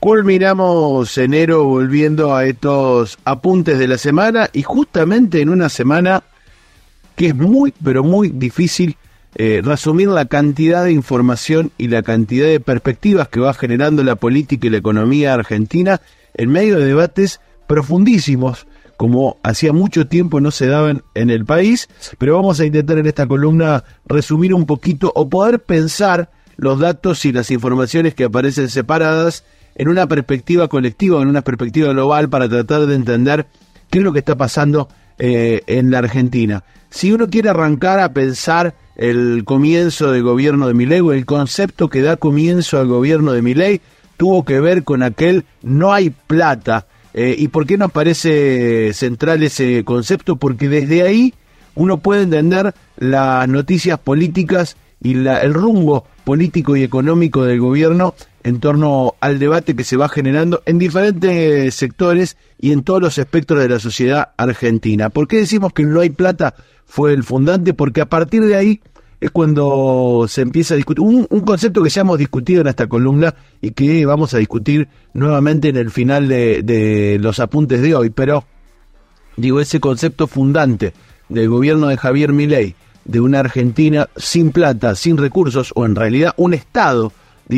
Culminamos enero volviendo a estos apuntes de la semana y justamente en una semana que es muy, pero muy difícil resumir la cantidad de información y la cantidad de perspectivas que va generando la política y la economía argentina en medio de debates profundísimos, como hacía mucho tiempo no se daban en el país, pero vamos a intentar en esta columna resumir un poquito o poder pensar los datos y las informaciones que aparecen separadas en una perspectiva colectiva, en una perspectiva global, para tratar de entender qué es lo que está pasando en la Argentina. Si uno quiere arrancar a pensar el comienzo del gobierno de Milei, o el concepto que da comienzo al gobierno de Milei, tuvo que ver con aquel no hay plata. ¿Y por qué nos parece central ese concepto? Porque desde ahí uno puede entender las noticias políticas y el rumbo político y económico del gobierno en torno al debate que se va generando en diferentes sectores y en todos los espectros de la sociedad argentina. ¿Por qué decimos que no hay plata? Fue el fundante, porque a partir de ahí es cuando se empieza a discutir un concepto que ya hemos discutido en esta columna y que vamos a discutir nuevamente en el final de los apuntes de hoy. Pero digo, ese concepto fundante del gobierno de Javier Milei, de una Argentina sin plata, sin recursos, o en realidad un Estado,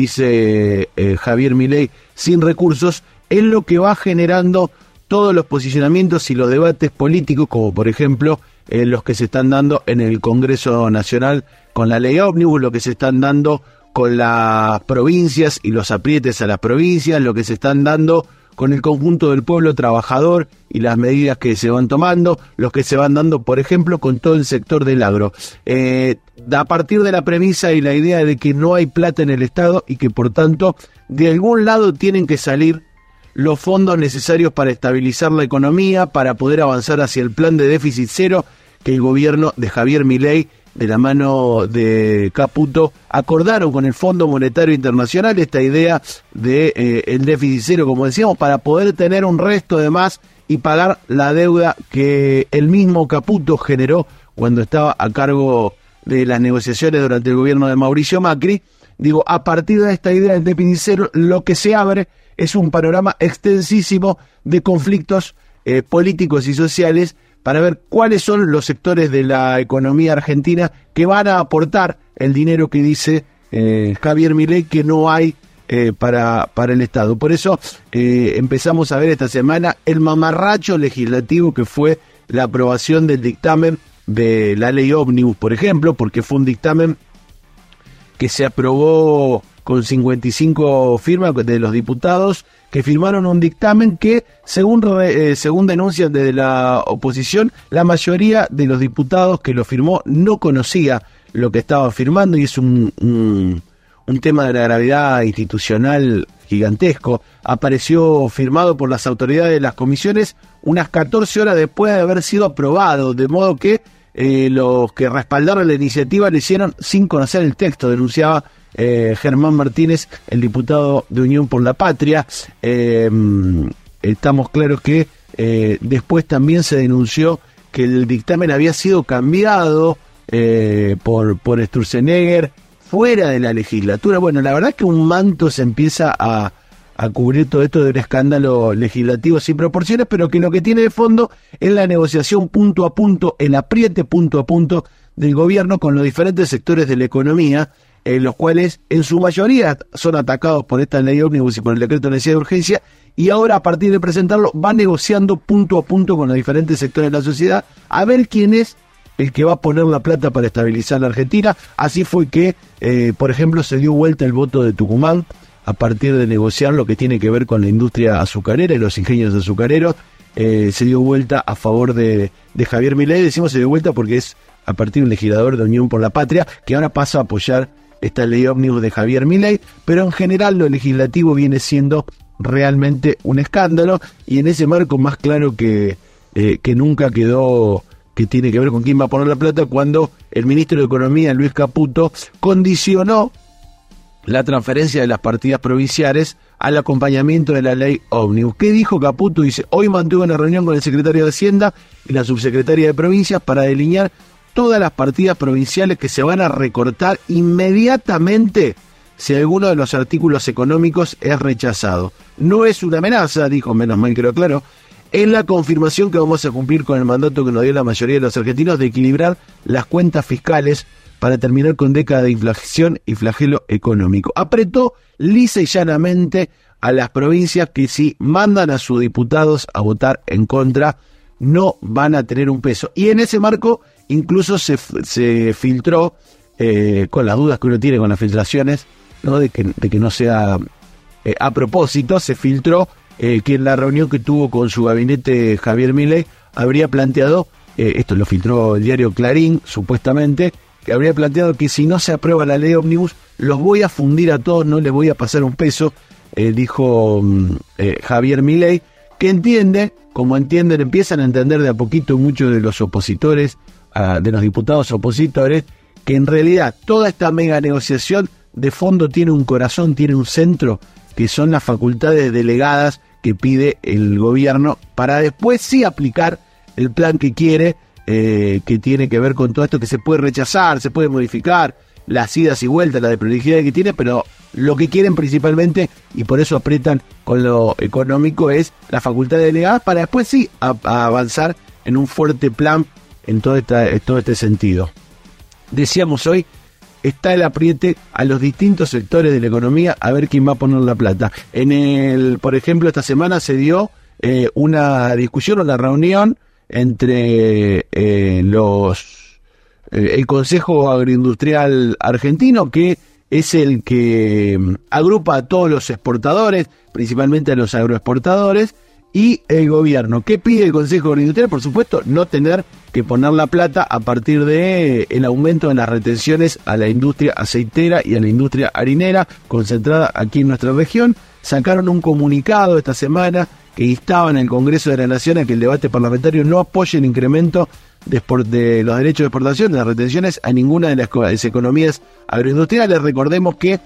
dice Javier Milei, sin recursos, es lo que va generando todos los posicionamientos y los debates políticos, como por ejemplo los que se están dando en el Congreso Nacional con la ley ómnibus, lo que se están dando con las provincias y los aprietes a las provincias, lo que se están dando con el conjunto del pueblo trabajador y las medidas que se van tomando, los que se van dando, por ejemplo, con todo el sector del agro. A partir de la premisa y la idea de que no hay plata en el Estado y que, por tanto, de algún lado tienen que salir los fondos necesarios para estabilizar la economía, para poder avanzar hacia el plan de déficit cero que el gobierno de Javier Milei, de la mano de Caputo, acordaron con el Fondo Monetario Internacional, esta idea de el déficit cero, como decíamos, para poder tener un resto de más y pagar la deuda que el mismo Caputo generó cuando estaba a cargo de las negociaciones durante el gobierno de Mauricio Macri. Digo, a partir de esta idea del déficit cero, lo que se abre es un panorama extensísimo de conflictos políticos y sociales para ver cuáles son los sectores de la economía argentina que van a aportar el dinero que dice Javier Milei que no hay para el Estado. Por eso empezamos a ver esta semana el mamarracho legislativo que fue la aprobación del dictamen de la ley ómnibus, por ejemplo, porque fue un dictamen que se aprobó con 55 firmas de los diputados que firmaron un dictamen que, según denuncian desde la oposición, la mayoría de los diputados que lo firmó no conocía lo que estaba firmando, y es un tema de la gravedad institucional gigantesco. Apareció firmado por las autoridades de las comisiones unas 14 horas después de haber sido aprobado, de modo que los que respaldaron la iniciativa lo hicieron sin conocer el texto, denunciaba Germán Martínez, el diputado de Unión por la Patria. Estamos claros que después también se denunció que el dictamen había sido cambiado por Sturzenegger fuera de la legislatura. Bueno, la verdad es que un manto se empieza a cubrir todo esto de un escándalo legislativo sin proporciones, pero que lo que tiene de fondo es la negociación punto a punto, el apriete punto a punto del gobierno con los diferentes sectores de la economía, los cuales en su mayoría son atacados por esta ley ómnibus y por el decreto de necesidad de urgencia, y ahora a partir de presentarlo va negociando punto a punto con los diferentes sectores de la sociedad a ver quién es el que va a poner la plata para estabilizar la Argentina. Así fue que, por ejemplo, se dio vuelta el voto de Tucumán a partir de negociar lo que tiene que ver con la industria azucarera y los ingenios azucareros. Se dio vuelta a favor de Javier Milei. Decimos se dio vuelta porque es a partir del legislador de Unión por la Patria, que ahora pasa a apoyar esta ley ómnibus de Javier Milei, pero en general lo legislativo viene siendo realmente un escándalo, y en ese marco más claro que nunca quedó que tiene que ver con quién va a poner la plata, cuando el ministro de Economía, Luis Caputo, condicionó la transferencia de las partidas provinciales al acompañamiento de la ley ómnibus. ¿Qué dijo Caputo? Dice: hoy mantuve una reunión con el secretario de Hacienda y la subsecretaria de Provincias para delinear todas las partidas provinciales que se van a recortar inmediatamente si alguno de los artículos económicos es rechazado. No es una amenaza, dijo, menos mal que lo aclaró, es la confirmación que vamos a cumplir con el mandato que nos dio la mayoría de los argentinos de equilibrar las cuentas fiscales para terminar con décadas de inflación y flagelo económico. Apretó lisa y llanamente a las provincias que si mandan a sus diputados a votar en contra, no van a tener un peso. Y en ese marco incluso se filtró, con las dudas que uno tiene con las filtraciones, ¿no? de que no sea a propósito, se filtró que en la reunión que tuvo con su gabinete Javier Milei habría planteado, esto lo filtró el diario Clarín supuestamente, que habría planteado que si no se aprueba la ley ómnibus, los voy a fundir a todos, no les voy a pasar un peso, dijo Javier Milei, que entiende, como entienden, empiezan a entender de a poquito muchos de los opositores, de los diputados opositores, que en realidad toda esta mega negociación de fondo tiene un corazón, tiene un centro, que son las facultades delegadas que pide el gobierno para después sí aplicar el plan que quiere, que tiene que ver con todo esto que se puede rechazar, se puede modificar, las idas y vueltas, la desprolijidad que tiene, pero lo que quieren principalmente, y por eso aprietan con lo económico, es la facultad delegada para después sí a avanzar en un fuerte plan en todo este sentido. Decíamos hoy, está el apriete a los distintos sectores de la economía a ver quién va a poner la plata. Por ejemplo, esta semana se dio una discusión, una reunión entre el Consejo Agroindustrial Argentino, que es el que agrupa a todos los exportadores, principalmente a los agroexportadores, y el gobierno. ¿Qué pide el Consejo Agroindustrial? Por supuesto, no tener que poner la plata a partir de el aumento en las retenciones a la industria aceitera y a la industria harinera concentrada aquí en nuestra región. Sacaron un comunicado esta semana que instaban en el Congreso de la Nación a que el debate parlamentario no apoye el incremento de los derechos de exportación, de las retenciones a ninguna de las economías agroindustriales. Recordemos que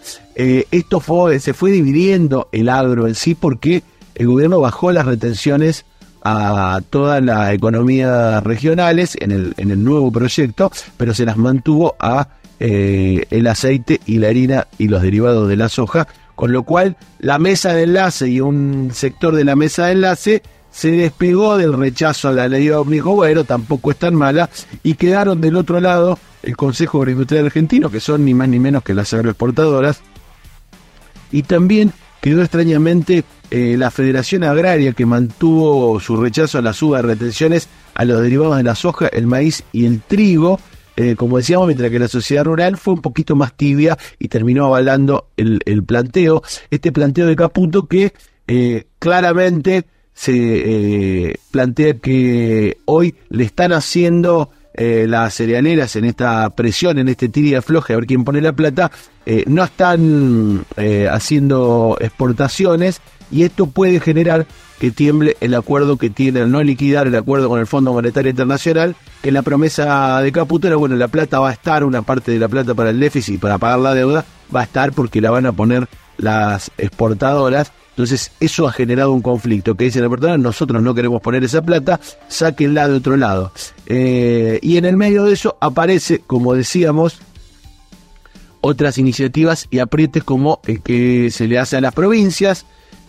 se fue dividiendo el agro en sí porque el gobierno bajó las retenciones a toda la economía regionales en el nuevo proyecto, pero se las mantuvo a el aceite y la harina y los derivados de la soja, con lo cual la mesa de enlace y un sector de la mesa de enlace se despegó del rechazo a la ley ómnibus, bueno, tampoco es tan mala, y quedaron del otro lado el Consejo Agroindustrial Argentino, que son ni más ni menos que las agroexportadoras, y también quedó extrañamente la Federación Agraria, que mantuvo su rechazo a la suba de retenciones a los derivados de la soja, el maíz y el trigo, como decíamos, mientras que la sociedad rural fue un poquito más tibia y terminó avalando el planteo, este planteo de Caputo que claramente se plantea que hoy le están haciendo las cerealeras en esta presión, en este tira y afloje a ver quién pone la plata, no están haciendo exportaciones, y esto puede generar que tiemble el acuerdo que tiene al no liquidar el acuerdo con el Fondo Monetario Internacional, que la promesa de Caputo era, bueno, la plata va a estar, una parte de la plata para el déficit, para pagar la deuda, va a estar porque la van a poner las exportadoras. Entonces eso ha generado un conflicto, que dicen las exportadoras, nosotros no queremos poner esa plata, sáquenla de otro lado. Y en el medio de eso aparece, como decíamos, otras iniciativas y aprietes como el que se le hace a las provincias,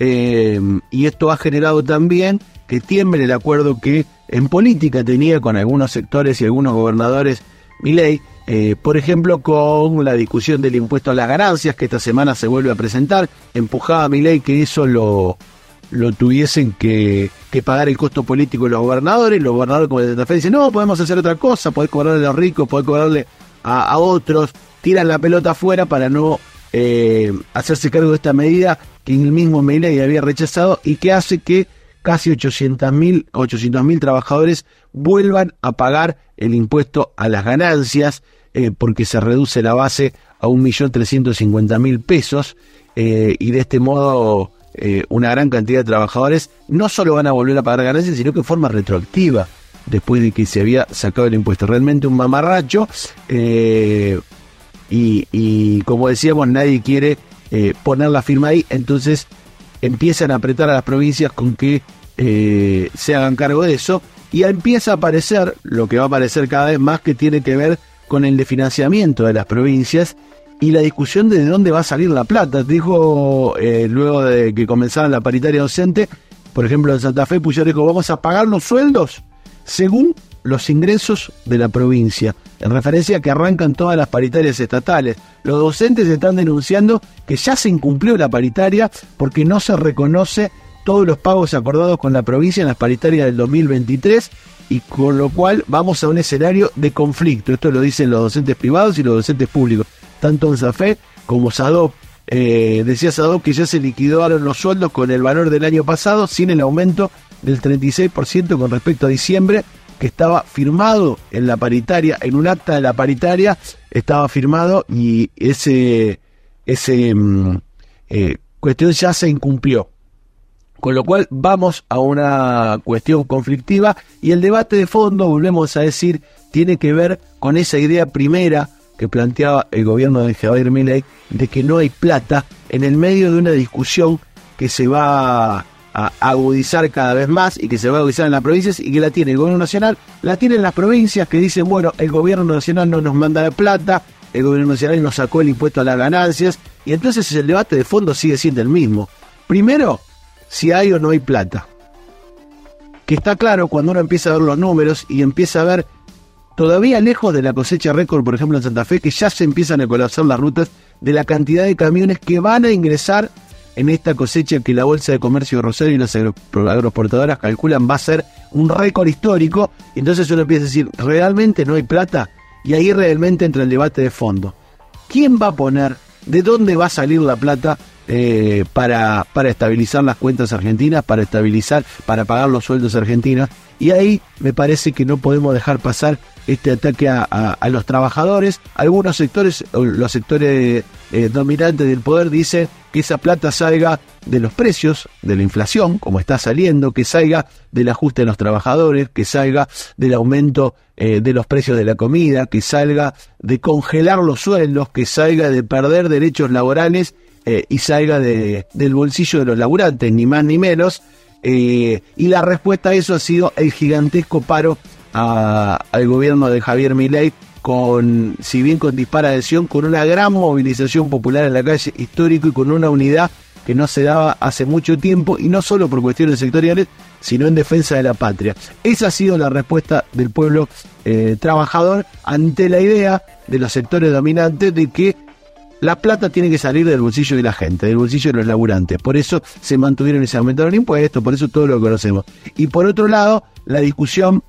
y esto ha generado también que tiemble el acuerdo que en política tenía con algunos sectores y algunos gobernadores Milei, por ejemplo con la discusión del impuesto a las ganancias, que esta semana se vuelve a presentar. Empujaba a Milei que eso lo tuviesen que pagar el costo político de los gobernadores como de Santa Fe dicen, no, podemos hacer otra cosa, podés cobrarle a los ricos, podés cobrarle a otros, tiran la pelota afuera para no hacerse cargo de esta medida que el mismo Milei había rechazado y que hace que casi 800.000 trabajadores vuelvan a pagar el impuesto a las ganancias, porque se reduce la base a 1.350.000 pesos, y de este modo una gran cantidad de trabajadores no solo van a volver a pagar ganancias, sino que de forma retroactiva, después de que se había sacado el impuesto. Realmente un mamarracho, y como decíamos, nadie quiere poner la firma ahí, entonces empiezan a apretar a las provincias con que se hagan cargo de eso, y empieza a aparecer lo que va a aparecer cada vez más, que tiene que ver con el desfinanciamiento de las provincias, y la discusión de dónde va a salir la plata. Dijo, luego de que comenzara la paritaria docente, por ejemplo en Santa Fe, Puyaro dijo, vamos a pagar los sueldos según los ingresos de la provincia, en referencia a que arrancan todas las paritarias estatales. Los docentes están denunciando que ya se incumplió la paritaria porque no se reconoce todos los pagos acordados con la provincia en las paritarias del 2023, y con lo cual vamos a un escenario de conflicto. Esto lo dicen los docentes privados y los docentes públicos, tanto en SAFE como SADOP. Decía SADOP que ya se liquidaron los sueldos con el valor del año pasado, sin el aumento del 36% con respecto a diciembre, que estaba firmado en la paritaria, en un acta de la paritaria estaba firmado, y ese cuestión ya se incumplió. Con lo cual vamos a una cuestión conflictiva, y el debate de fondo, volvemos a decir, tiene que ver con esa idea primera que planteaba el gobierno de Javier Milei, de que no hay plata, en el medio de una discusión que se va a agudizar cada vez más y que se va a agudizar en las provincias, y que la tiene el gobierno nacional, la tienen las provincias, que dicen, bueno, el gobierno nacional no nos manda la plata, el gobierno nacional nos sacó el impuesto a las ganancias, y entonces el debate de fondo sigue siendo el mismo. Primero, si hay o no hay plata, que está claro cuando uno empieza a ver los números y empieza a ver, todavía lejos de la cosecha récord, por ejemplo en Santa Fe, que ya se empiezan a colapsar las rutas, de la cantidad de camiones que van a ingresar en esta cosecha, que la Bolsa de Comercio de Rosario y las agroexportadoras calculan va a ser un récord histórico. Entonces uno empieza a decir, ¿realmente no hay plata? Y ahí realmente entra el debate de fondo. ¿Quién va a poner, de dónde va a salir la plata para estabilizar las cuentas argentinas, para pagar los sueldos argentinos? Y ahí me parece que no podemos dejar pasar este ataque a los trabajadores. Algunos sectores, los sectores dominantes del poder, dicen que esa plata salga de los precios, de la inflación, como está saliendo, que salga del ajuste a los trabajadores, que salga del aumento de los precios de la comida, que salga de congelar los sueldos, que salga de perder derechos laborales y salga del bolsillo de los laburantes, ni más ni menos. Y la respuesta a eso ha sido el gigantesco paro al gobierno de Javier Milei, si bien con dispara adhesión, con una gran movilización popular en la calle, histórico, y con una unidad que no se daba hace mucho tiempo, y no solo por cuestiones sectoriales, sino en defensa de la patria. Esa ha sido la respuesta del pueblo trabajador ante la idea de los sectores dominantes de que la plata tiene que salir del bolsillo de la gente, del bolsillo de los laburantes. Por eso se mantuvieron y se aumentaron impuestos, por eso todo lo conocemos. Y por otro lado, la discusión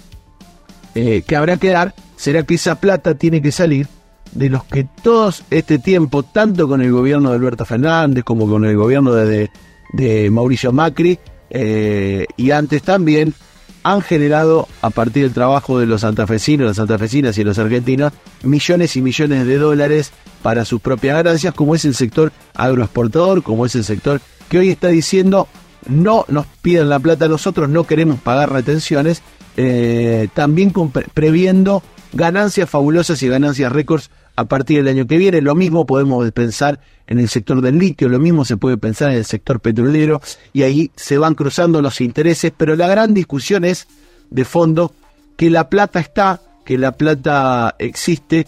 que habrá que dar será que esa plata tiene que salir de los que todo este tiempo, tanto con el gobierno de Alberto Fernández como con el gobierno de Mauricio Macri, y antes también, han generado, a partir del trabajo de los santafesinos, las santafesinas y los argentinos, millones y millones de dólares para sus propias ganancias, como es el sector agroexportador, como es el sector que hoy está diciendo, no nos piden la plata, nosotros no queremos pagar retenciones, también previendo ganancias fabulosas y ganancias récords a partir del año que viene. Lo mismo podemos pensar en el sector del litio, lo mismo se puede pensar en el sector petrolero, y ahí se van cruzando los intereses, pero la gran discusión es de fondo que la plata está, que la plata existe,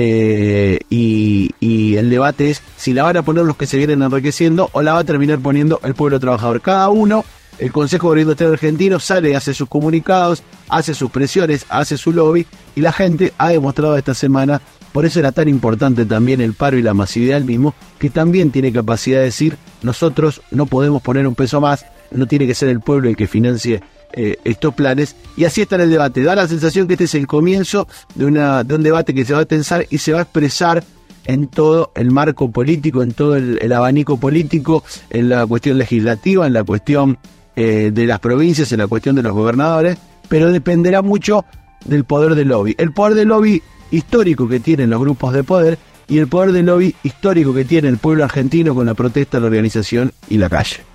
y el debate es si la van a poner los que se vienen enriqueciendo o la va a terminar poniendo el pueblo trabajador. Cada uno, el Consejo Agroindustrial Argentino sale, hace sus comunicados, hace sus presiones, hace su lobby, y la gente ha demostrado esta semana. Por eso era tan importante también el paro y la masividad del mismo, que también tiene capacidad de decir, nosotros no podemos poner un peso más, no tiene que ser el pueblo el que financie estos planes. Y así está en el debate. Da la sensación que este es el comienzo de un debate que se va a tensar y se va a expresar en todo el marco político, en todo el abanico político, en la cuestión legislativa, en la cuestión de las provincias, en la cuestión de los gobernadores, pero dependerá mucho del poder del lobby. El poder del lobby histórico que tienen los grupos de poder, y el poder del lobby histórico que tiene el pueblo argentino con la protesta, la organización y la calle.